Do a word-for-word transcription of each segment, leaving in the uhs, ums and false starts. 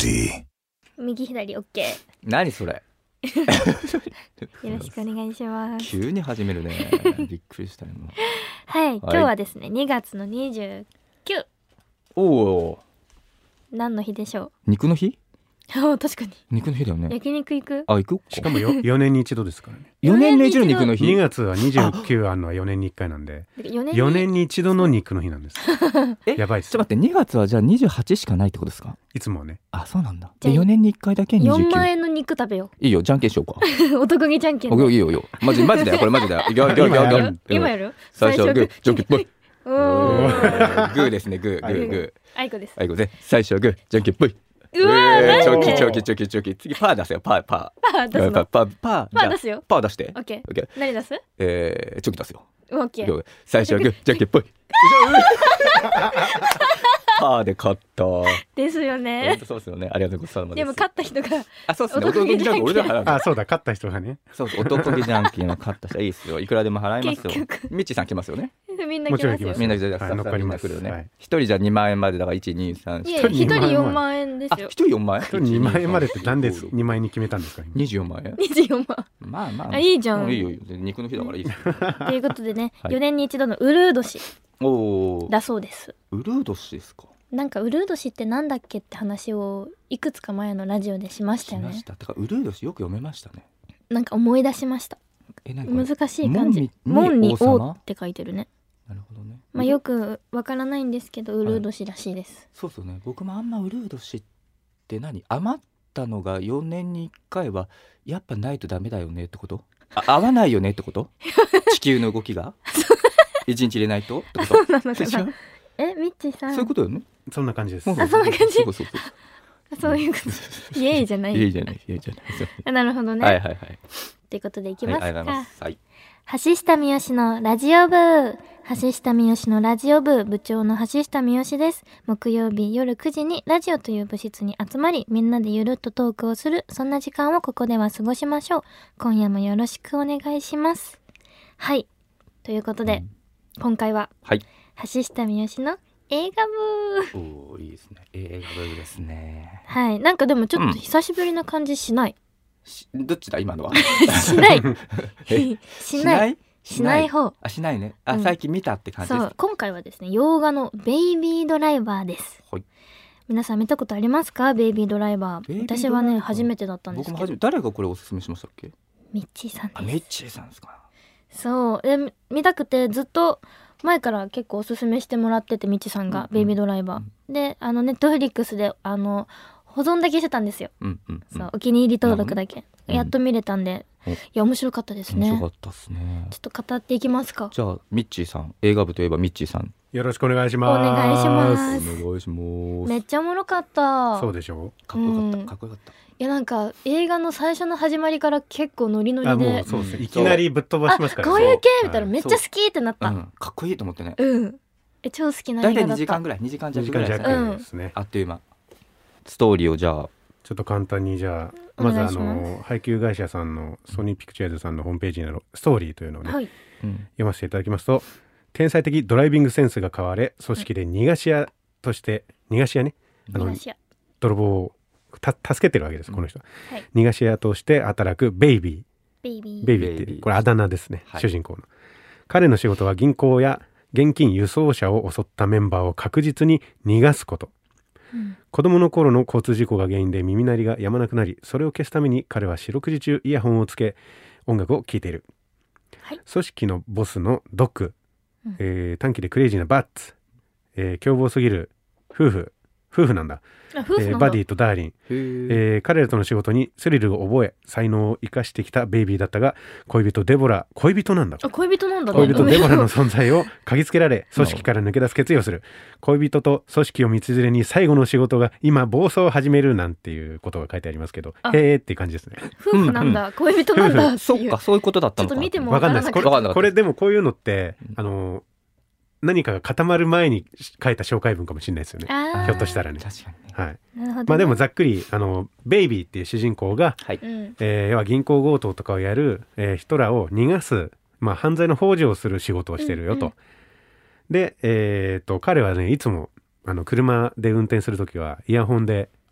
City。 右左 OK。 何それよろしくお願いします。 急に始めるね。びっくりした今。 はい、今日はですねにがつのにじゅうく。 おお。 何の日でしょう。 肉の日？ あ、確かに肉の日だよね。 焼肉行く？ あ、行く？ しかもよよねんに一度ですからね。 よねんに一度肉の日。 にがつはにじゅうくあるのはよねんにいっかいなんで、 よねんによねんに一度の肉の日なんです。 え、 やばいっす。 ちょっと待って、にがつはじゃあにじゅうはちしかないってことですか？ いつもはね。 あ、そうなんだ。 じゃあでよねんにいっかいだけにじゅうきゅう。 よんまんえんの肉食べよいいよ、じゃんけんしようか。 う。男気じゃんけんおで。 いいよいいよ。マジマジだよ、これマジだよ。いくよいくよいくよいくよ。 今やる？ 最初はグー、じゃんけんぽい。 おー。 グーですね、グーグーグー。 あいこです。 あいこで最初はグー、じゃんけんぽい。 うわー、 チョマジでキチョキチョキチョキ。次パー出せよ、パーパー。 パー出すの。 パーパーパー。 パー出すよ。 パー出して。 オッケオッケー。 ー。何出す？ えー、チョキ出すよ。 オッケー。 最初はグー、じゃんけんぽい。パーで勝った。 ですよね。 そうですよね。ありがとうございます。 でも勝った人が。 あ、そうですね。男気じゃんけん、俺で払う。 あ、そうだ、勝った人がね。 そうそう、男気じゃんけんの勝った人はいいですよ。いくらでも払いますよ。ミッチーさん来ますよね。 みんな来ますよ。 みんなじゃあ残りますよね。一人じゃにまんえんまでだからいち、に、さん、 いや一人よんまんえんですよ。 一人よんまんえん。 一人にまんえんまでってなんでにまんえんに決めたんですか？ にじゅうよんまんえん。 にじゅうよんまん。 まあまあ。 いいじゃん。 いいよいいよ。肉の日だからいいですよ。 ということでね、よねんに一度のウルー年だそうです。 ウルー年ですか。 なんかウルー年ってなんだっけって話をいくつか前のラジオでしましたよね。 しました。だからウルー年よく読めましたね。 なんか思い出しました。 え、難しい感じ。門に王って書いてるね。 なるほどね。 まあよくわからないんですけどウルー年らしいです。 そうそうね。僕もあんまウルー年って何？余ったのがよねんにいっかいはやっぱないとダメだよねってこと？あ、合わないよねってこと？地球の動きが一日入れないとってこと？ そうなのかな。え、ミッチーさん。 そういうことよね。 そんな感じです。 あ、そんな感じ。 そうそうそう。 そういうこと。イエーじゃない。 イエーじゃない。イエーじゃない。 なるほどね。 はいはいはい。 ということでいきますか。 はい。 橋下三好のラジオ部。橋下三好のラジオ部部長の橋下三好です。木曜日夜くじにラジオという部室に集まり、みんなでゆるっとトークをする、そんな時間をここでは過ごしましょう。今夜もよろしくお願いします。はい。ということで、うん、今回は、 はい、 橋下三好の映画部。 おー、いいですね。映画部ですね。 はい。なんかでもちょっと久しぶりな感じしない。 うん、どっちだ今のは。 しない。しない。しない方。 あ、しないね。あ、うん、最近見たって感じです。 そう、今回はですね、洋画のベイビードライバーです。 はい。 皆さん見たことありますか？ベイビードライバー。私はね、初めてだったんですけど。 僕も初めて。誰がこれおすすめしましたっけ？ ミッチーさんです。 あ、ミッチーさんですか。 そう、で見たくてずっと前から結構おすすめしてもらってて、ミッチーさんが、うんうん、ベイビードライバー、うん、で、あのネットフリックスであの保存だけしてたんですよ。 うんうんうん、 そう、お気に入り登録だけ、うん、やっと見れたんで、うん、いや面白かったですね。 面白かったですね。 ちょっと語っていきますか。 じゃあミッチーさん、映画部といえばミッチーさん、 よろしくお願いします。 お願いします。 お願いします。 めっちゃおもろかった。 そうでしょう。かっこよかった、うん、かっこよかった。 いや、なんか映画の最初の始まりから結構ノリノリで、 あ、もうそうですね、いきなりぶっ飛ばしますからね。 こういう系みたいな、めっちゃ好きってなった、 うん、かっこいいと思ってね。 うん、え、超好きな映画だった。 大体にじかんぐらい、にじかん弱ぐらいですね、 あっという間。ストーリーをじゃあちょっと簡単に、じゃあまずあの配給会社さんのソニーピクチャーズさんのホームページにあるストーリーというのをね、はい、読ませていただきますと、天才的ドライビングセンスが買われ、組織で逃がし屋として、逃がし屋ね、あの泥棒をた助けてるわけです、この人、うん、はい、逃がし屋として働くベイビーベイビーベイビーってこれあだ名ですね、はい、主人公の。彼の仕事は銀行や現金輸送車を襲ったメンバーを確実に逃がすこと、うん、子供の頃の交通事故が原因で耳鳴りが止まなくなり、それを消すために彼は四六時中イヤホンをつけ音楽を聴いている、はい、組織のボスのドック、うん、えー、短期でクレイジーなバッツ、えー、凶暴すぎる夫婦夫婦なんだ、 あ、夫婦なんだ、 えー、バディとダーリン、えー、彼らとの仕事にスリルを覚え才能を生かしてきたベイビーだったが、恋人デボラ恋人なんだあ恋人なんだ、ね、 恋人デボラの存在を嗅ぎつけられ組織から抜け出す決意をする。恋人と組織を道連れに最後の仕事が今暴走を始めるなんていうことが書いてありますけど、へーっていう感じですね。 夫婦なんだ、うんうん、恋人なんだっていう。 そっか、そういうことだったのか。 ちょっと見ても分かんないです。これ、これでもこういうのって、 うん、 あの何かが固まる前に書いた紹介文かもしれないですよね、ひょっとしたらね。 確かにね、 はい、 なるほどね。 まあでもざっくりあのベイビーっていう主人公が、 はい、 えー、要は銀行強盗とかをやる、えー、人らを逃がす、まあ、犯罪の幇助をする仕事をしてるよと、うんうん、で、えー、と彼はねいつもあの車で運転するときはイヤホンで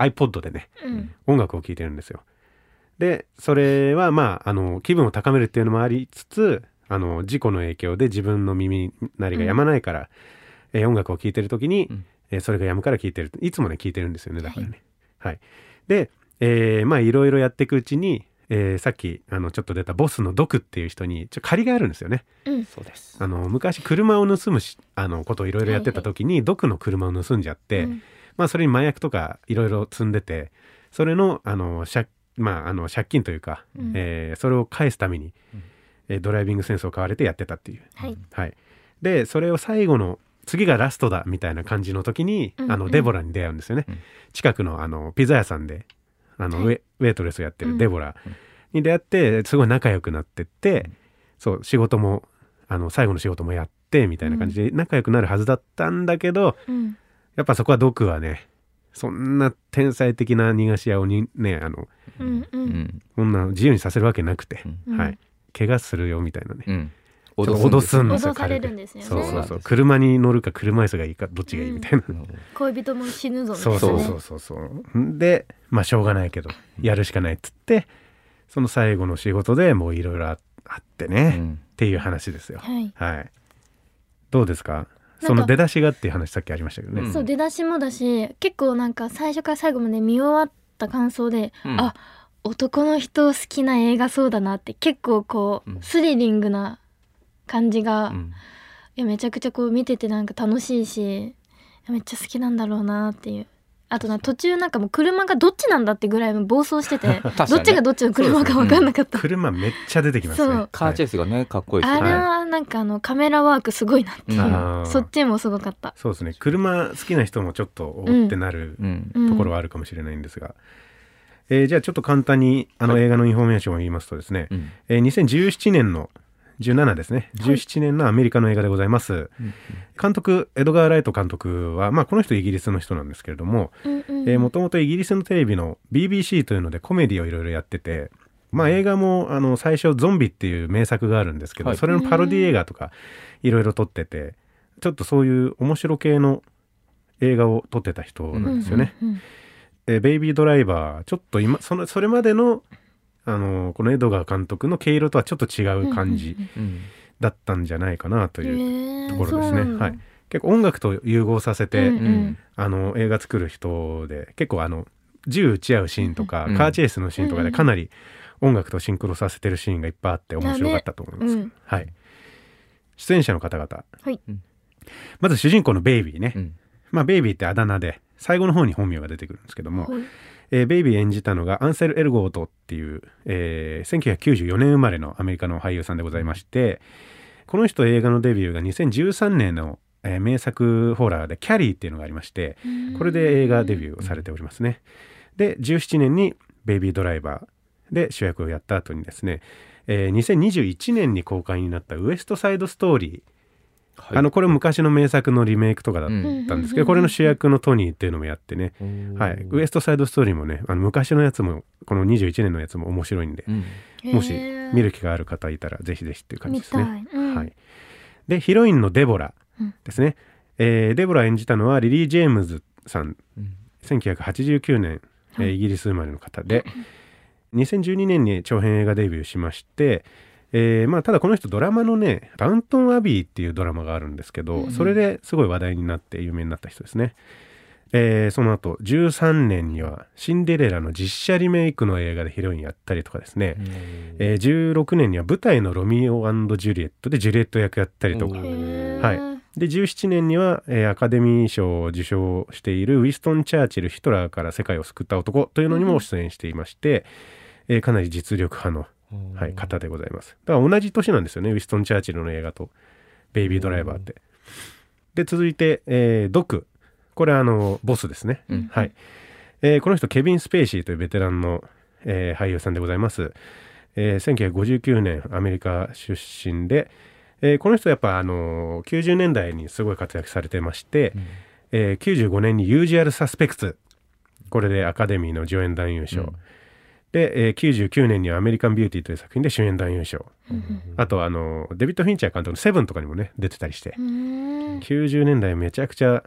iPod でね、 うん、 音楽を聴いてるんですよ。でそれはまああの気分を高めるっていうのもありつつ、あの事故の影響で自分の耳鳴りが止まないから、うん、えー、音楽を聴いてる時に、うん、えー、それが止むから聴いてる、いつもね聴いてるんですよね、だからね。はい、はい、で、えー、まあいろいろやっていくうちに、えー、さっきあのちょっと出たボスのドクっていう人にちょ借りがあるんですよね。 うん、 そうです。 あの昔車を盗むしあのことをいろいろやってた時に、はいはい、ドクの車を盗んじゃって、うん、まあそれに麻薬とかいろいろ積んでて、それのあの借まあ、あの借金というか、うん、えー、それを返すために、うんえー、ドライビングセンスを買われてやってたっていう、 はいはい、でそれを最後の次がラストだみたいな感じの時に、うんうん、あのデボラに出会うんですよね、うん、近くの、あのピザ屋さんであの、はい、ウェ、ウェイトレスをやってるデボラに出会ってすごい仲良くなってって、うん、そう仕事もあの最後の仕事もやってみたいな感じで仲良くなるはずだったんだけど、うん、やっぱそこはドクはねそんな天才的な逃がし屋をにねあの、 うんうん、 こんな自由にさせるわけなくて、 うん、 はい、怪我するよみたいなね、うん、 脅すんですよ。 脅されるんですよね。 そうそうそう、車に乗るか車椅子がいいかどっちがいいみたいな、うん、 恋人も死ぬぞみたいな、ね、 そうそうそうそうでまあしょうがないけどやるしかないっつってその最後の仕事でもういろいろあってね、うん、っていう話ですよ。 はい、 はい、どうですかその出だしがっていう話さっきありましたけどね、 うん、そう出だしもだし結構なんか最初から最後まで見終わった感想で、うん、あ男の人好きな映画そうだなって結構こう、うん、スリリングな感じが、うん、いやめちゃくちゃこう見ててなんか楽しいしめっちゃ好きなんだろうなっていう。あとな途中なんかもう車がどっちなんだってぐらい暴走してて、ね、どっちがどっちの車か分かんなかった、 うん、車めっちゃ出てきますね。 カーチェイスがねかっこいいですね。 あれはなんかあのカメラワークすごいなっていう、うん、そっちもすごかった。 そうですね、車好きな人もちょっとおってなる、うん、ところはあるかもしれないんですが、うんえー、じゃあちょっと簡単にあの映画のインフォメーションを言いますとですね、うんえー、にせんじゅうななねんのじゅうななですね、じゅうななねんのアメリカの映画でございます、はい、監督エドガー・ライト監督は、まあ、この人イギリスの人なんですけれどももともとイギリスのテレビの ビービーシー というのでコメディをいろいろやってて、まあ、映画もあの最初ゾンビっていう名作があるんですけど、はい、それのパロディ映画とかいろいろ撮っててちょっとそういう面白系の映画を撮ってた人なんですよね、うんうんうん、えベイビードライバーちょっと今そのそれまでのあのこのエドガー監督の毛色とはちょっと違う感じだったんじゃないかなというところですね、はい、結構音楽と融合させて、うんうん、あの映画作る人で結構あの銃撃ち合うシーンとか、うん、カーチェイスのシーンとかでかなり音楽とシンクロさせてるシーンがいっぱいあって面白かったと思います、うんはい、出演者の方々、 はい、 まず主人公のベイビーね、うんまあ、ベイビーってあだ名で最後の方に本名が出てくるんですけども、はいえー、ベイビー演じたのがアンセル・エルゴートっていう、えー、せんきゅうひゃくきゅうじゅうよねん生まれのアメリカの俳優さんでございまして、この人映画のデビューがにせんじゅうさんねんの、えー、名作ホラーでキャリーっていうのがありまして、これで映画デビューをされておりますね。でじゅうななねんにベイビードライバーで主役をやった後にですね、えー、にせんにじゅういちねんに公開になったウエストサイドストーリー、はい、あのこれ昔の名作のリメイクとかだったんですけど、うん、これの主役のトニーっていうのもやってね、はい、ウエストサイドストーリーもねあの昔のやつもこのにじゅういちねんのやつも面白いんで、うん、もし見る機会ある方いたらぜひぜひっていう感じですね、うんはい、でヒロインのデボラですね、うんえー、デボラ演じたのはリリー・ジェームズさん、うん、せんきゅうひゃくはちじゅうきゅうねん、えー、イギリス生まれの方で、うん、にせんじゅうにねんに長編映画デビューしましてえーまあ、ただこの人ドラマのねダウントンアビーっていうドラマがあるんですけど、うん、それですごい話題になって有名になった人ですね、えー、その後じゅうさんねんにはシンデレラの実写リメイクの映画でヒロインやったりとかですね、うんえー、じゅうろくねんには舞台のロミオ&ジュリエットでジュリエット役やったりとか、はい、でじゅうななねんには、えー、アカデミー賞を受賞しているウィストン・チャーチルヒトラーから世界を救った男というのにも出演していまして、うんえー、かなり実力派のはい、方でございます。だから同じ年なんですよね、ウィストン・チャーチルの映画とベイビードライバーって。で続いて、えー、ドク、これはあのボスですね、うんはいえー、この人ケビン・スペイシーというベテランの、えー、俳優さんでございます、えー、せんきゅうひゃくごじゅうきゅうねんアメリカ出身で、えー、この人やっぱあのきゅうじゅうねんだいにすごい活躍されてまして、うんえー、きゅうじゅうごねんにユージュアル・サスペクツ、これでアカデミーの助演男優賞、うんで、えー、きゅうじゅうきゅうねんにはアメリカンビューティーという作品で主演男優賞、うん、あとあのデビッド・フィンチャー監督のセブンとかにもね出てたりして、きゅうじゅうねんだいめちゃくちゃ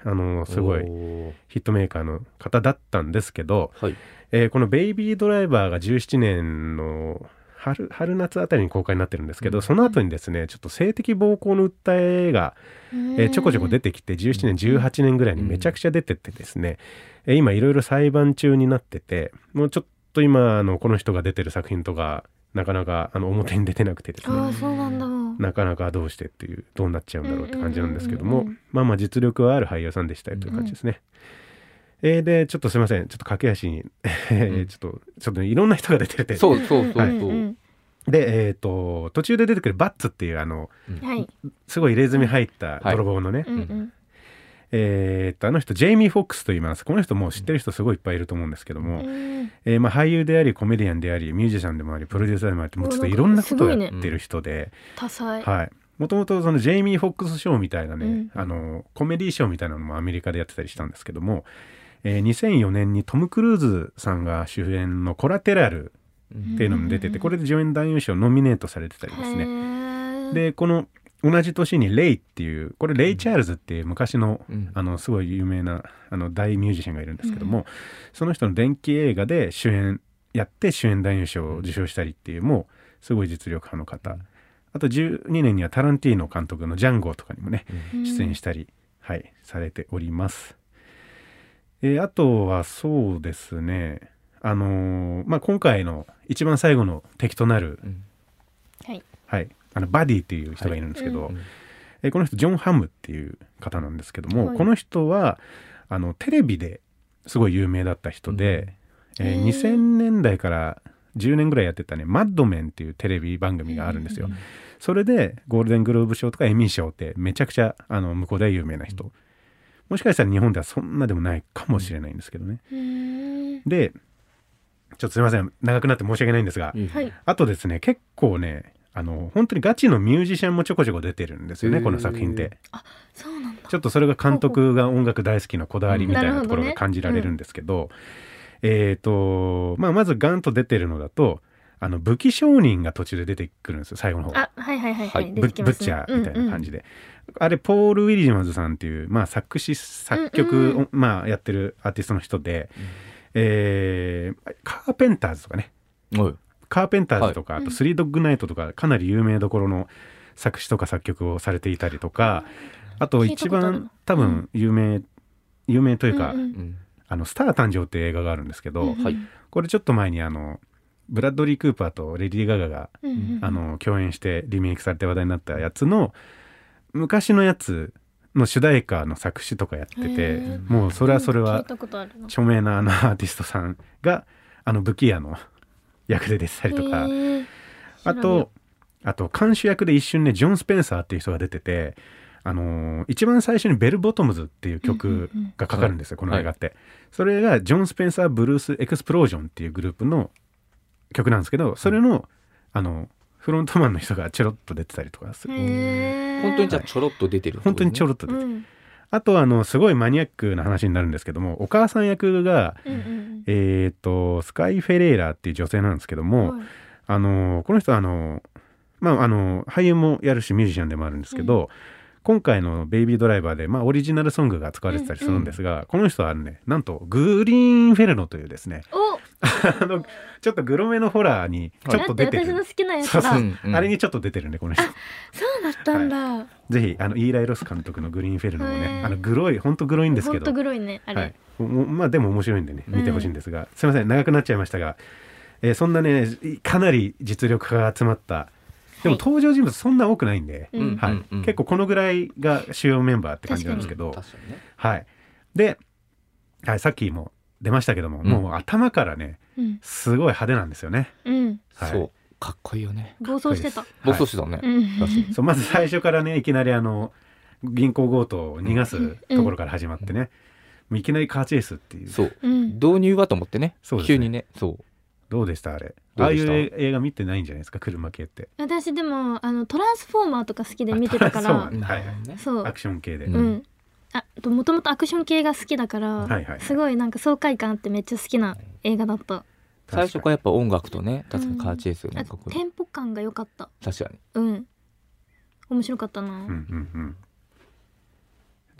あのすごいおヒットメーカーの方だったんですけど、 はいえーこのベイビードライバーがじゅうななねんの春春夏あたりに公開になってるんですけど、 うんその後にですねちょっと性的暴行の訴えが、えーちょこちょこ出てきてじゅうななねんじゅうはちねんぐらいにめちゃくちゃ出てってですね、えー今いろいろ裁判中になってて、もうちょっと今あのこの人が出てる作品とかなかなかあの表に出てなくてですね、 ああそうなんだ。 なかなかどうしてっていうどうなっちゃうんだろうって感じなんですけども、 うんうんうんうんまあまあ実力はある俳優さんでしたよという感じですね。えーでちょっとすいませんちょっと駆け足に、えーちょっとちょっといろんな人が出てて、 そうそうそうそう、 んんんでえっ、と途中で出てくるバッツっていうあのうんはい。 すごい入れ墨入った泥棒のね、 うんうんえーっとあの人ジェイミー・フォックスと言います。この人もう知ってる人すごいいっぱいいると思うんですけども、 うんえーまあ、俳優でありコメディアンでありミュージシャンでもありプロデューサーでもありもうちょっといろんなことをやってる人で、 多彩。 はい、もともとそのジェイミー・フォックスショーみたいなね、 うんあのコメディショーみたいなのもアメリカでやってたりしたんですけども、えーにせんよねんにトム・クルーズさんが主演のコラテラルっていうのも出てて、これで助演男優賞ノミネートされてたりですね。 ねでこの同じ年にレイっていうこれレイ・チャールズっていう昔の、 うんあのすごい有名なあの大ミュージシャンがいるんですけども、その人の伝記映画で主演やって主演男優賞を受賞したりっていうもうすごい実力派の方、あとじゅうにねんにはタランティーノ監督のジャンゴとかにもね出演したり、はいされております。えーあとはそうですねあのーまあ今回の一番最後の敵となる、 うんはい。 はい、あのバディっていう人がいるんですけど、 はいうんえーこの人ジョン・ハムっていう方なんですけども、 はいこの人はあのテレビですごい有名だった人で、えーへーにせんねんだいからじゅうねんぐらいやってたねマッドメンっていうテレビ番組があるんですよ。 うんそれでゴールデングローブ賞とかエミー賞ってめちゃくちゃあの向こうでは有名な人、もしかしたら日本ではそんなでもないかもしれないんですけどね。 うんでちょっとすいません長くなって申し訳ないんですが、 いいはい。 あとですね結構ねあの本当にガチのミュージシャンもちょこちょこ出てるんですよね、 へーこの作品って。 そうなんだ。 ちょっとそれが監督が音楽大好きなこだわりみたいなところがなるほどね感じられるんですけど、えっ、とまあまずガンと出てるのだとあの武器商人が途中で出てくるんですよ最後の方。 あはいはいはいははいい。 ブ出てきますねブッチャーみたいな感じで、あれポール・ウィリジマズさんっていう、まあ、作詞作曲を、 うんうんまあ、やってるアーティストの人で、えーカーペンターズとかねおいカーペンターズとか、 はいあとスリードッグナイトとかかなり有名どころの作詞とか作曲をされていたりとか、あと一聞いたことある番多分有名、有名というか、 うんうんうんあのスター誕生っていう映画があるんですけど、 うんはいこれちょっと前にあのブラッドリー・クーパーとレディー・ガガが、 うんうんあの共演してリメイクされて話題になったやつの昔のやつの主題歌の作詞とかやってて、 へーもうそれはそれ聞はいたことあるな。 著名なあのアーティストさんがあの武器屋の役で出てたりとか、 へーあとあと監修役で一瞬ねジョン・スペンサーっていう人が出てて、あのー一番最初にベル・ボトムズっていう曲がかかるんですよ、 うんうんこの映画って、それがジョン・スペンサー・ブルース・エクスプロージョンっていうグループの曲なんですけど、それのあのフロントマンの人がちょろっと出てたりとかする、 へー本当にじゃあちょろっと出てるってことね、 本当にちょろっと出てる、 うんあとあのすごいマニアックな話になるんですけども、お母さん役がうんうんえっ、とスカイ・フェレーラーっていう女性なんですけどうんも、 はいあのこの人はあのまああの俳優もやるしミュージシャンでもあるんですけど、今回の「ベイビードライバーで」まあ、オリジナルソングが使われてたりするんですが、この人はねなんとグリーンフェルノというですねおあのちょっとグロめのホラーにちょっと出てる、 だって私の好きなやつだ。 そうそう、 うんうんあれにちょっと出てるんでこの人そうだったんだ。 ぜひあのイーライ・ロス監督のグリーンフェルノをへねーあのグロいほんとグロいんですけど、 ほんとグロいねあれ。 はい、もうまあでも面白いんでね見てほしいんですが、すいません長くなっちゃいましたが、えーそんなねかなり実力派が集まったでもはい登場人物そんな多くないんで、 うんはいうんうん結構このぐらいが主要メンバーって感じなんですけど、 確かにねはい、で、はい、さっきも出ましたけども、 うんもう頭からねうんすごい派手なんですよね、 うんはい、 そうかっこいいよね暴走してた。 暴走してたね、 うん確かにそうまず最初からねいきなりあの銀行強盗を逃がすところから始まってね、もういきなりカーチェイスっていうそううん導入はと思ってねそうですね急にねそうどうでしたあれああいうどうでした映画見てないんじゃないですか車系って私でもあのトランスフォーマーとか好きで見てたかあそうらなんだはいねそうアクション系で、 うんうんあともともとアクション系が好きだから、 はいはいすごいなんか爽快感あってめっちゃ好きな映画だった。 最初からやっぱ音楽とね確かにカーチェイスがあねかっこいいテンポ感が良かった。 確かにうん面白かったな。 うんうんうん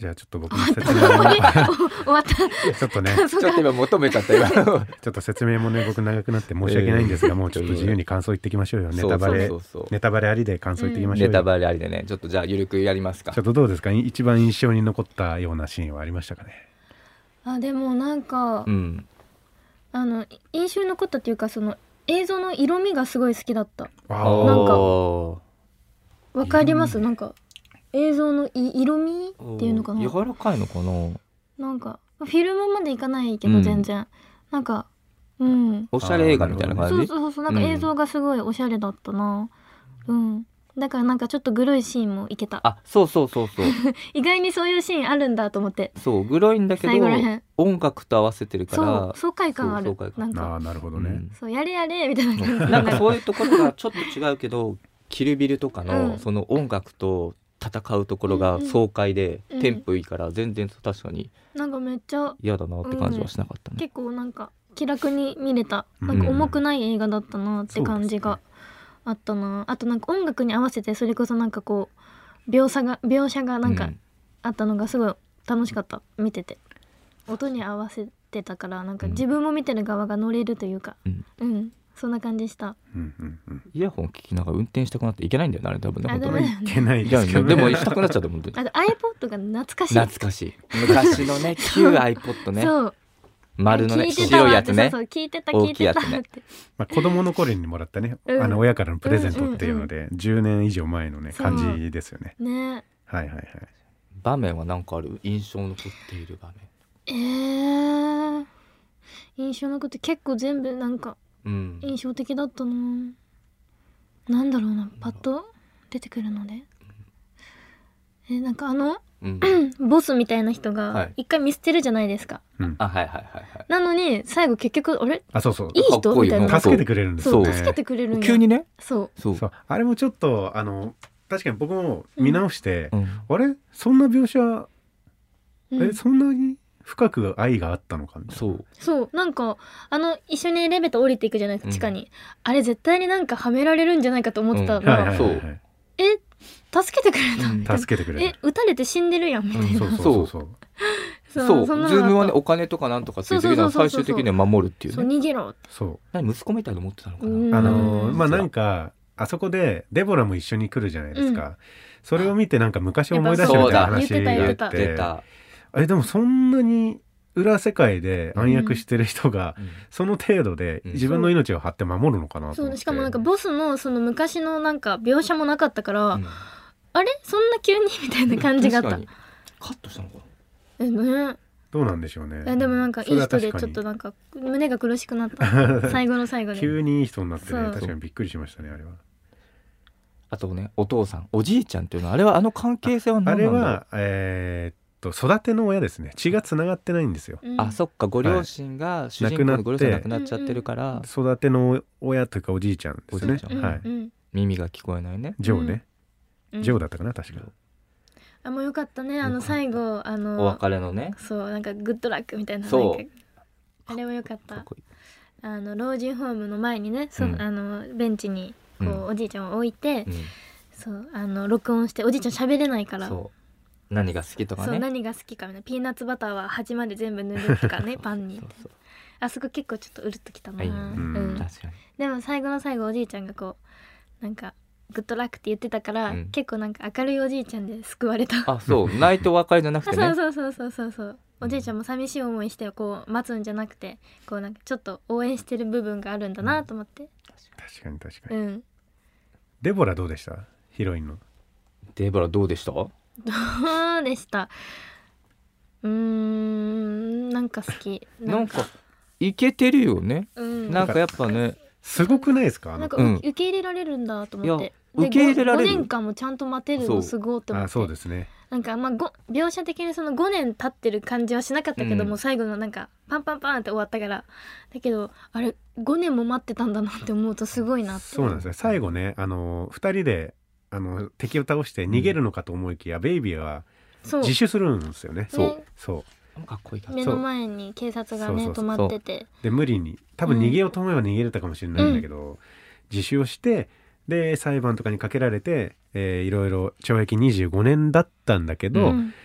じゃあちょっと僕の説明も終わったちょっとねちょっと今求めちゃった今ちょっと説明もね僕長くなって申し訳ないんですが、もうちょっと自由に感想言っていきましょうよ。ネタバレそうそうそうそうネタバレありで感想言っていきましょうよ。 ネタバレありでね、ちょっとじゃあゆるくやりますか。 ちょっとどうですか、一番印象に残ったようなシーンはありましたかね。 あでもなんか、 うん、 あの印象に残ったっていうか、その映像の色味がすごい好きだった。 あなんかおわかります？ 色味なんか映像のい色味っていうのかな、 柔らかいのかな。 なんかフィルムまでいかないけどうん全然、なんかうんおしゃれ映画みたいな感じ。 そうそうそう、なんか映像がすごいおしゃれだったな。うん、だからなんかちょっとグロいシーンもいけた。 あ、そうそうそうそう意外にそういうシーンあるんだと思って。 そうグロいんだけど最後らへん音楽と合わせてるからそう爽快感ある。 そう爽快感なんかあーなるほどね、 うんそうやれやれみたいな感じなんかそういうところがちょっと違うけどキルビルとかの、 うんその音楽と戦うところが爽快で、 うんうんテンポいいから全然確かになんかめっちゃ嫌だなって感じはしなかったね、 結構なんか気楽に見れた。 うんなんか重くない映画だったなって感じがあったな。あとなんか音楽に合わせてそれこそなんかこう描写が描写がなんかうんあったのがすごい楽しかった。見てて音に合わせてたからなんか自分も見てる側が乗れるというか、 うんうんそんな感じした。 うんうんうん、 イヤホン聞きながら運転したくなっていけないんだよねあれ多分ねあ本当にダメだよねいけないいやですけど、ね、 でもしたくなっちゃった本当にあと iPod が懐かしい。 懐かしい昔のね旧 iPod ねそう丸のね聞いてたわ白いやつねそうそう聞いてた大聞いてたきいやつねって。 まあ、子供の頃にもらったね、 うんあの親からのプレゼントっていうので、じゅうねん以上前のねそう感じですよね。 ねはいはいはい。 場面は何かある印象残っている場面。 えー、印象残って結構全部なんかうん印象的だったな。なんだろうな、パッと出てくるので、えなんかあのうんボスみたいな人はいが一回見捨てるじゃないですか。 うん、 あはいはいはいはいなのに最後結局あれあそうそういい人かっこいいよみたいな。 助けてくれるんですよね。 そう助けてくれるんや。 急にねそうそうそうあれもちょっとあの確かに僕も見直して、 うんあれそんな描写、 うんえそんなに深く愛があったのかみたいな。 そうそうなんかあの一緒にエレベーター降りていくじゃないですか、 うん地下に。あれ絶対になんかはめられるんじゃないかと思ってたうんら、 はいはいはいはい、 そうえ助けてくれたうんみたいな。 助けてくれる。 え撃たれて死んでるやんみたいな。 そうそうそうそう。 そうそんなのズームはねあっお金とかなんとかついてきたらそうそうそうそう最終的には守るっていうたそうね。 逃げろって。 そう何息子みたいに思ってたのかうんな。 あのーまあそうなんかあそこでデボラも一緒に来るじゃないですか、うん、それを見てなんか昔を思い出してみたいな話があっ言ってた出てたえでもそんなに裏世界で暗躍してる人が、 うんその程度で自分の命を張って守るのかなと思って、 そうしかもなんかボスのその昔のなんか描写もなかったから、 うんあれそんな急にみたいな感じがあった。 確かにカットしたのかな。 えねどうなんでしょうね。 えでもなんかいい人でちょっとなんか胸が苦しくなった最後の最後で急にいい人になってねそう確かにびっくりしましたねあれは。 あとねお父さんおじいちゃんっていうのはあれはあの関係性はあ何なんだろう。 れはえーっと育ての親ですね。血がつながってないんですよ。 うんあそっかご両親が、主人公のご両親が亡くなっちゃってるから、 育ての親というかおじいちゃんですねおじいちゃんはい、 うんうん耳が聞こえないね。 ジョーね、 うんジョーだったかな確か。 あもうよかったねあの最後あのお別れのね。 そうなんかグッドラックみたいなそうなんかあれもよかったかっこいい。 あの老人ホームの前にね、そううんあのベンチにこう、 うんおじいちゃんを置いて、 うんそうあの録音しておじいちゃん喋れないからそう何が好きとかそうね。 何が好きかみたいなピーナッツバターは端まで全部塗るとかねパンにそうそうあそこ結構ちょっとうるっときたな、 いいよねうん確かに。 でも最後の最後おじいちゃんがこうなんかグッドラックって言ってたから、 うん結構なんか明るいおじいちゃんで救われた。 あそう泣いてお別れじゃなくあてね。 そうそうそうそうそうそうおじいちゃんも寂しい思いしてこう待つんじゃなくてこうなんかちょっと応援してる部分があるんだなと思って。 確かに確かに、 うん、 デボラどうでしたヒロインの。 デボラどうでした？ どうでした？うーんなんか好きなんかイケてるよね。 うん、 なんかやっぱねすごくないですかあのなんか、 うん受け入れられるんだと思って。 いや受け入れられるごねんかんもちゃんと待てるのすごいって思って。 あそうですね。 なんかまあご描写的にそのごねん経ってる感じはしなかったけど、 うんもう最後のなんかパンパンパンって終わったからだけどあれごねんも待ってたんだなって思うとすごいなって。 そうなんですね。最後ねあのふたりであの敵を倒して逃げるのかと思いきや、ベイビーはそう自首するんですよね。 そうねそうかっこいいから。 目の前に警察がねそうそうそう止まっててで無理に多分逃げようと思えば逃げれたかもしれないんだけど、自首をしてで裁判とかにかけられて、えーいろいろ懲役にじゅうごねんだったんだけど、 うん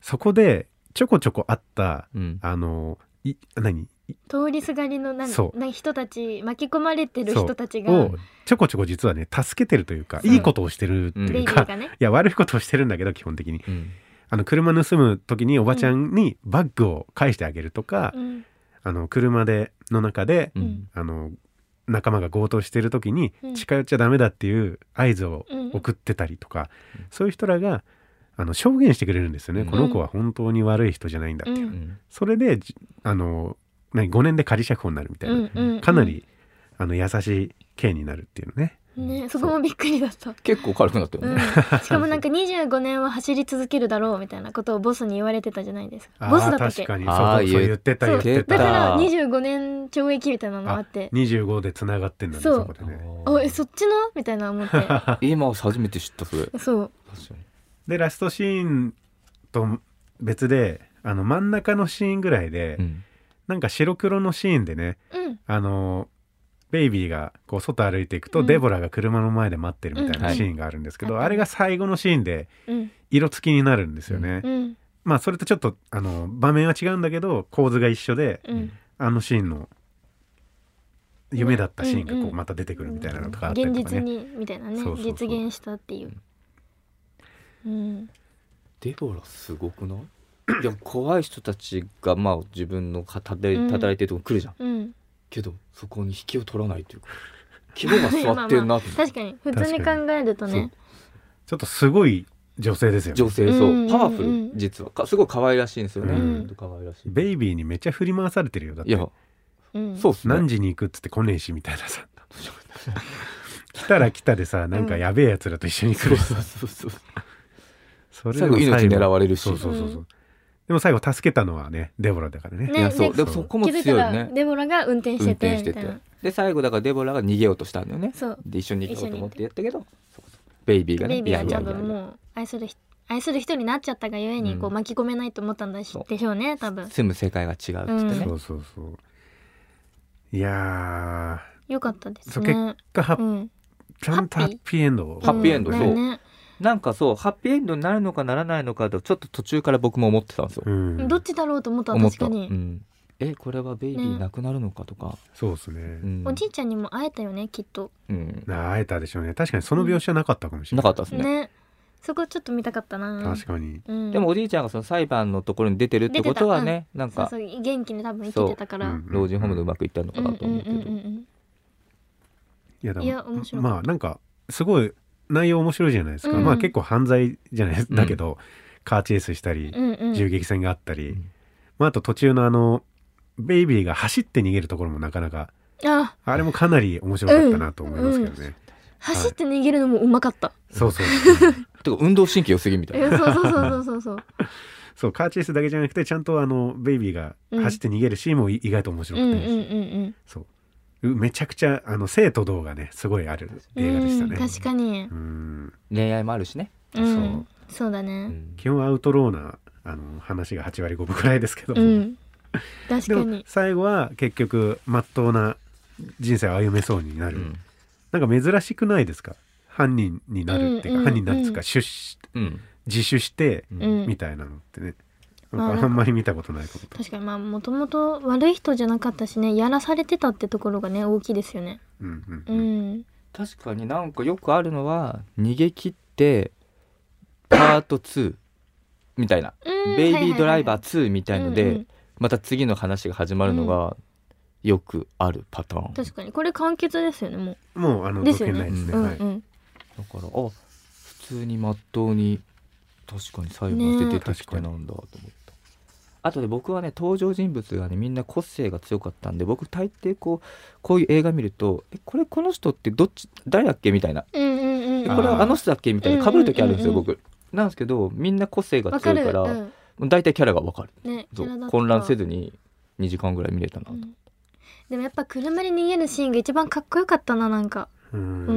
そこでちょこちょこあった、 うん、 あのい何通りすがりの何何人たち巻き込まれてる人たちがをちょこちょこ実はね助けてるというかいいことをしてるっていうか、うん、いや悪いことをしてるんだけど基本的に、うん、あの車盗む時におばちゃんにバッグを返してあげるとか、うん、あの車での中で、うん、あの仲間が強盗してる時に近寄っちゃダメだっていう合図を送ってたりとか、うん、そういう人らがあの証言してくれるんですよね、うん、この子は本当に悪い人じゃないんだっていう、うん、それであのごねんで仮釈放になるみたいな、うんうんうん、かなりあの優しい刑になるっていうのね。 ね、そこもびっくりだった。 結構軽くなったよね、 うん、しかもなんかにじゅうごねんは走り続けるだろうみたいなことをボスに言われてたじゃないですか。ボスだったっけ。 確かにそうそう言ってた言ってた。 だからにじゅうごねん懲役みたいなのがあってにじゅうごでつながってんだね。そこでね。 あえそっちのみたいな思って今初めて知ったそれ。 そうでラストシーンと別であの真ん中のシーンぐらいで、うん、なんか白黒のシーンでね、うん、あのベイビーがこう外歩いていくと、うん、デボラが車の前で待ってるみたいなシーンがあるんですけど、うんはい、あれが最後のシーンで色付きになるんですよね、うん、まあそれとちょっとあの場面は違うんだけど構図が一緒で、うん、あのシーンの夢だったシーンがこうまた出てくるみたいなのとかあったりとかね、 現実にみたいなねそうそうそう実現したっていう、 うん、デボラすごくない？いや怖い人たちがまあ自分の働いてるとこ来るじゃん、うんけどそこに引きを取らないというか肝が座ってんなってまあ、まあ、 確かに普通に考えるとねちょっとすごい女性ですよね。 女性そう、うんうんうん、パワフル実はかすごい可愛らしいんですよね、うん、可愛らしいベイビーにめっちゃ振り回されてるよだって。いや、 うん、そうっすね。 何時に行くっつって来ねえしみたいなさ来たら来たでさなんかやべえやつらと一緒に来る、うん、そうそうそうそれ最後命狙われるしそうそうそうそう、うんでも最後助けたのはねデボラだからね。 ねいやそうでもそこも強いね。 デボラが運転してて運転しててで最後だからデボラが逃げようとしたんだよね。そうで一緒に行こうと思ってやったけどそうそうベイビーがねベイビーが多分もう愛する愛する人になっちゃったがゆえにこう巻き込めないと思ったんだし、うん、でしょうね多分。 住む世界が違うっつってね、うん、 そうそうそういやーよかったですね。 そう結果は、うん、ちゃんとハッピーエンドハッピーエンド、うん、そう、ねなんかそうハッピーエンドになるのかならないのかとちょっと途中から僕も思ってたんですよ、うん、 どっちだろうと思った確かに、うん、 えこれはベイビーなくなるのかとか、ね、 そうですね、 うん、おじいちゃんにも会えたよねきっと、 うん、会えたでしょうね。確かにその描写なかったかもしれない、 なかったですね、 ねそこちょっと見たかったな。 確かに、 うん、 でもおじいちゃんがその裁判のところに出てるってことはね、うん、なんかそうそう元気に多分生きてたから、うん、 老人ホームでうまくいったのかなと思うけど、 いやでもいや面白かった。 まあなんかすごい内容面白いじゃないですか、うん、まあ結構犯罪じゃないだけど、うん、カーチェイスしたり、うんうん、銃撃戦があったり、うんまあ、あと途中のあのベイビーが走って逃げるところもなかなか あ, あれもかなり面白かったなと思いますけどね、うんうん、 走って逃げるのもうまかった、はい、 そうそうそうてか運動神経良すぎみたいなそうそうそうそうそうそうそうカーチェイスだけじゃなくてちゃんとあのベイビーが走って逃げるシーンも意外と面白かったです、うんうんうんうん、そうめちゃくちゃあの生と動がねすごいある映画でしたね。 確かにうん恋愛もあるしね、 うん、そうそうだね、うん、 基本アウトローなあの話がはち割ごぶくらいですけど、 うん、確かにでも最後は結局まっとうな人生を歩めそうになる、うん、なんか珍しくないですか犯人になるっていうか、うんうんうん、犯人になるっていうか出、うん、自首して、うん、みたいなのってねなんかあんまり見たことないかも。 確かにまあもともと悪い人じゃなかったしねやらされてたってところがね大きいですよね、うんうんうんうん、確かになんかよくあるのは逃げ切ってパートツーみたいなベイビードライバーツーみたいので、はいはいはい、また次の話が始まるのがよくあるパターン、うん、 確かにこれ完結ですよねもうもうあの続編ないですね、 うんはいうんうん、 だからあ普通にまっとうに確かに最後で出てきてなんだと思って、ねあとで僕はね登場人物がねみんな個性が強かったんで僕大抵こうこういう映画見るとえこれこの人ってどっち誰だっけみたいな、うんうんうん、これはあの人だっけみたいな被る時あるんですよ、うんうんうん、僕なんですけどみんな個性が強いから、うん、大体キャラが分かる、ね、そう混乱せずににじかんぐらい見れたなと、うん、 でもやっぱ車に逃げるシーンが一番かっこよかったななんかうん、うん、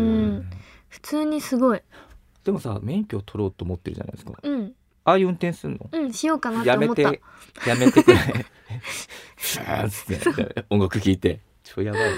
普通にすごい。 でもさ免許を取ろうと思ってるじゃないですか、 うんああいう運転するの？ うんしようかなって思った。 やめてやめてくれシャーンって音楽聴いて超やばい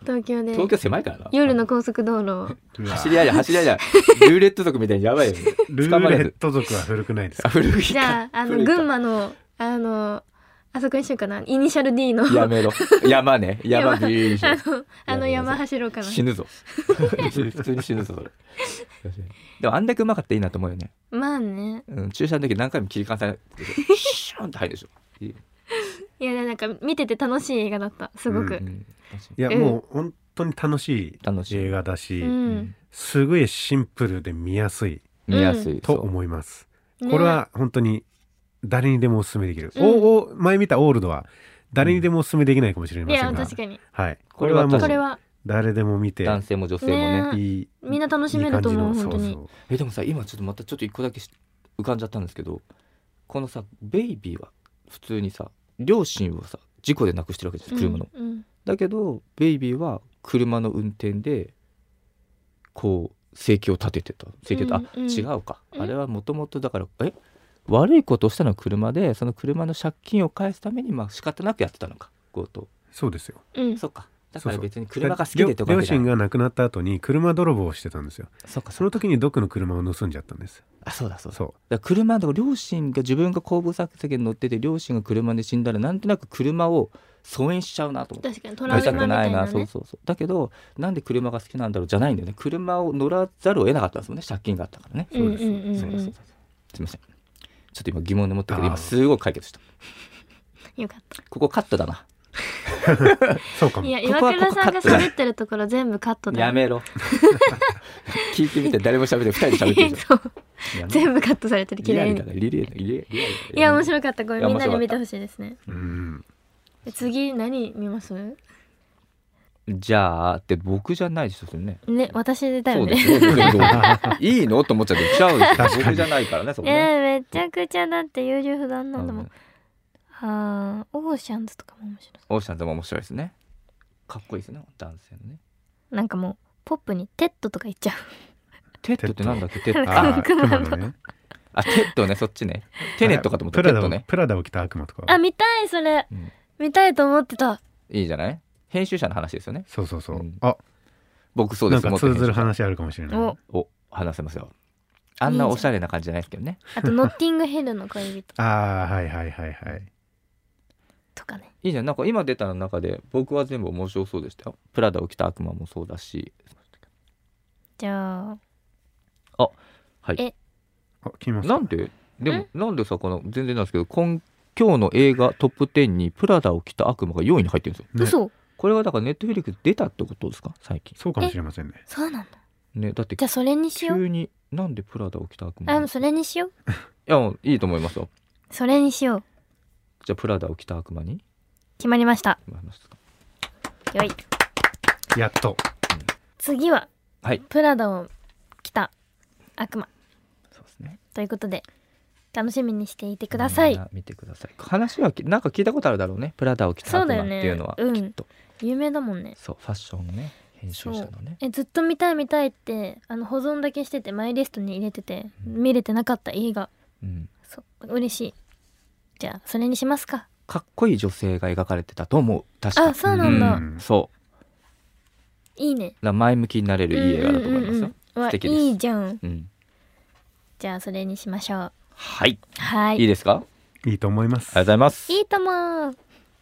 東京で東京狭いからな。 夜の高速道路を走り合いじゃ走り合いじゃルーレット族みたいにやばいよね。 ルーレット族は古くないですか？ あ古いか。 じゃああの古いか群馬のあのあそこにしようかな、イニシャル D のやめろ。山ね。山ビーにしよあのあの山走ろうかな。 死ぬぞ。普通に死ぬぞそれ。でもあんだけうまかったらいいなと思うよね。 まあね。 うん、駐車の時何回も切り替えされてシューンって入るでしょ。いいいやなんか見てて楽しい映画だったすごく。 うん、 いやもう本当に楽し楽しいい映画だし、 うんすごいシンプルで見やすい見やすい、 とそう思います。 ねこれは本当に誰にでもおすすめできる。 うんおお前見たオールドは誰にでもおすすめできないかもしれまいせんが、 や確かにはい、 これはこれはもうこれは誰でも見て男性も女性もねねいいみんな楽しめると思ういい感じの本当に。 そうそうえでもさ今ちょっとまたちょっと一個だけし浮かんじゃったんですけど、このさベイビーは普通にさ両親をさ事故で亡くしてるわけですよ車の、 うんうんだけどベイビーは車の運転でこう生計を立ててた生計と、 うんうんあ違うか、 うんあれはもともとだからえ悪いことをしたのは車でその車の借金を返すためにまあ仕方なくやってたのか強盗。 そうですよ。 うんそっかだからそうそう別に車が好きでとか両じゃない。 親が亡くなった後に車泥棒をしてたんですよ。 そっかその時に毒の車を盗んじゃったんです。 あそうだそうだそうだから車の両親が自分が後部座席に乗ってて両親が車で死んだらなんとなく車を疎遠しちゃうなと思って。 確かにトラウ乗りたくマみたなないいなそうね。 そうそうだけどなんで車が好きなんだろうじゃないんだよね。車を乗らざるを得なかったんですもんね借金があったからね。 うんうんうんうんそうだそうだそうだすいませんちょっと今疑問で持ったけどあー今すごい解決した。 よかった。 ここカットだな。 そうかもいやここは岩倉さんがここカットだ喋ってるところ全部カットだよ。 やめろ聞いてみて誰も喋ってふたりで喋ってるじそうゃん。やめろ全部カットされてる綺麗にリアルだ。ねリアルリアルリアルいや面白かったこれいやみんなに面白かった見てほしいですね。 うんえ次何見ます？ じゃあって僕じゃないですよね。 ね私だよそうでね。 すそうですそうですいいのと思っちゃってちゃうです確かに僕じゃないからねそこね。 えー、めちゃくちゃだって優柔不断なんだもん。 うんはあ、オーシャンズとかも面白オーシャンズも面白いですね。かっこいいですね男性のね。 い。なんかもうポップにテッドとか言っちゃう。 テッドってなんだっけテッドああー熊のねあテッドねそっちねテネットかと思ったプラダをテッドね、 プラダを着た悪魔とかあ見たいそれうん、 見たいと思ってた。 いいじゃない編集者の話ですよね。 そうそうそう、 うんあ僕そうですなんか通ずる元編集者話あるかもしれない。 おお話せますよ。あんなおしゃれな感じじゃないですけどね。 あとノッティングヘルの恋人ああはいはいはいはい。 とかね。 いいじゃんなんか今出たの中で僕は全部面白そうでしたよ。プラダを着た悪魔もそうだし。 じゃあはいえあ聞きますか。 なんででもなんでさこの全然なんですけど今今日の映画トップじゅうにプラダを着た悪魔がよんいに入ってるんですよ。 ね嘘これはだからネットフリックス出たってことですか最近そうかもしれませんね。 そうなんだ。 ねだってじゃあそれにしよう。 急になんでプラダを着た悪魔あもうそれにしよう。 いやもういいと思いますよ。 それにしよう。 じゃあプラダを着た悪魔に決まりました。 決まりましたか。 よい。 やっと。 次ははいプラダを着た悪魔そうですねということで楽しみにしていてください。 みんな見てください。話はきなんか聞いたことあるだろうねプラダを着た悪魔っていうのはそうだよねきっと、 有名だもんね。 そうファッションのね編集者のねえずっと見たい見たいってあの保存だけしててマイリストに入れてて見れてなかった映画。 うんそう嬉しい。じゃあそれにしますか。 かっこいい女性が描かれてたと思う確かあそうなんだ。 うんそういいね。 だから前向きになれるいい映画だと思いますよ、 うんうんうんうんわ素敵ですいいじゃん。 うん、 じゃあそれにしましょう。 はい、 はい。 いいですか。ありいいと思います。 がとうございます。 いいとも。はい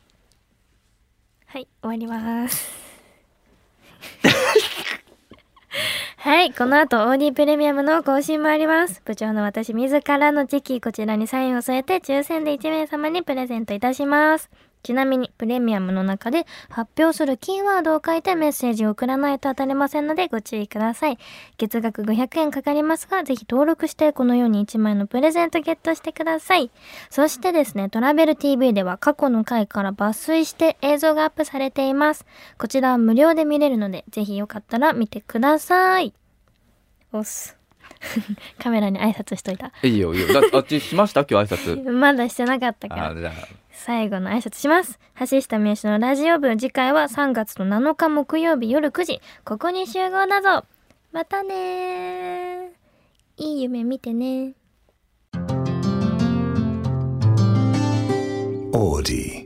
終わります。はいこの後 オーディー プレミアムの更新もあります。部長の私自らのチェキこちらにサインを添えて抽選でいちめいさまにプレゼントいたします。ちなみにプレミアムの中で発表するキーワードを書いてメッセージを送らないと当たれませんのでご注意ください。月額ごひゃくえんかかりますがぜひ登録してこのようにいちまいのプレゼントゲットしてください。そしてですねトラベル ティーブイ では過去の回から抜粋して映像がアップされています。こちらは無料で見れるのでぜひよかったら見てください。おっすカメラに挨拶しといた。 いいよいいよだあっちしました今日挨拶まだしてなかったからあじゃあ最後の挨拶します。橋下三好のラジオ部次回はさんがつのなのか木曜日夜くじここに集合だぞ。またねー。いい夢見てね。 オーディ